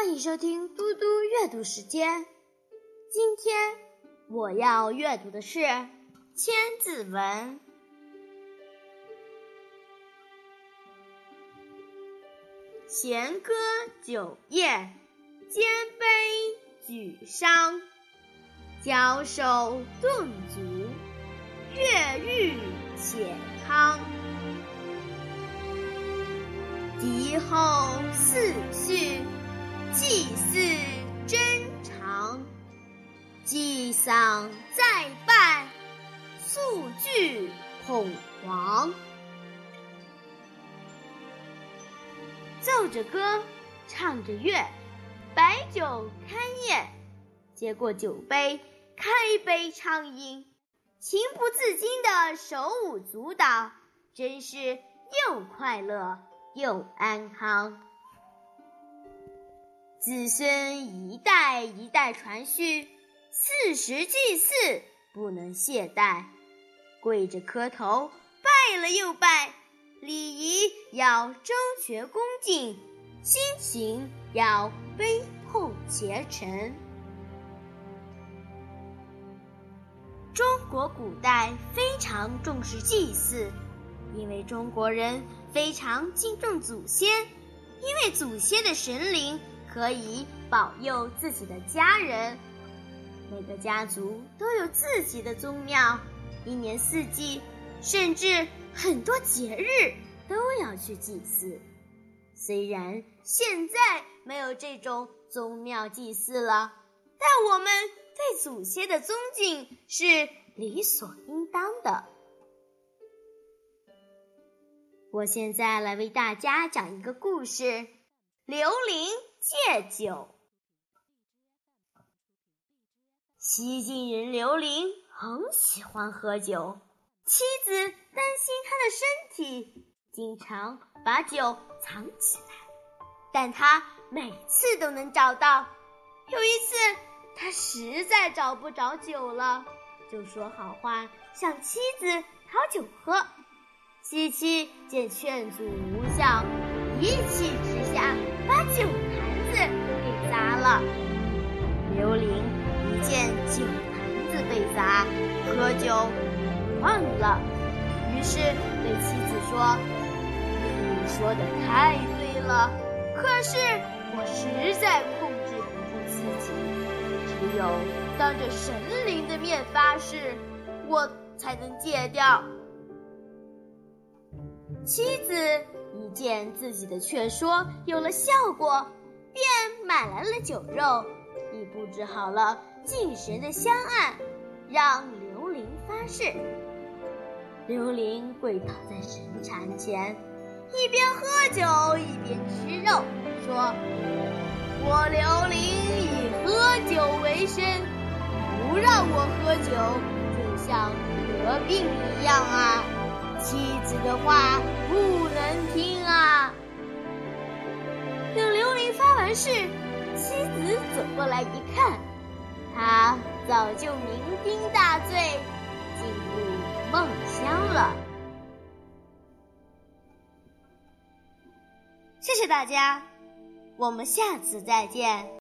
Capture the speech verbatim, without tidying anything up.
欢迎收听嘟嘟阅读时间。今天我要阅读的是《千字文》。弦歌九夜，肩杯举觞。交手顿足，乐欲且康。敌后四序，祭祀真常。祭丧再拜，肃惧恐惶。奏着歌，唱着乐，摆酒开宴，接过酒杯，开杯畅饮，情不自禁的手舞足蹈，真是又快乐又安康。子孙一代一代传续，四时祭祀不能懈怠。跪着磕头，拜了又拜，礼仪要周全恭敬，心情要卑厚虔诚。中国古代非常重视祭祀，因为中国人非常敬重祖先，因为祖先的神灵可以保佑自己的家人。每个家族都有自己的宗庙，一年四季，甚至很多节日都要去祭祀。虽然现在没有这种宗庙祭祀了，但我们对祖先的尊敬是理所应当的。我现在来为大家讲一个故事：刘伶戒酒。西晋人刘伶很喜欢喝酒，妻子担心他的身体，经常把酒藏起来，但他每次都能找到。有一次他实在找不着酒了，就说好话向妻子讨酒喝。妻妻见劝阻无效，一气之下把酒坛子给砸了。刘伶一见酒坛子被砸，喝酒忘了，于是对妻子说：“你说的太对了，可是我实在控制不住自己，只有当着神灵的面发誓，我才能戒掉。”妻子一见自己的劝说有了效果，便买来了酒肉，亦布置好了敬神的香案，让刘伶发誓。刘伶跪倒在神坛前，一边喝酒一边吃肉，说：“我刘伶以喝酒为生，不让我喝酒，就像得病一样啊！妻子的话不能听啊！”等刘伶发完誓，妻子走过来一看，他早就酩酊大醉，进入梦乡了。谢谢大家，我们下次再见。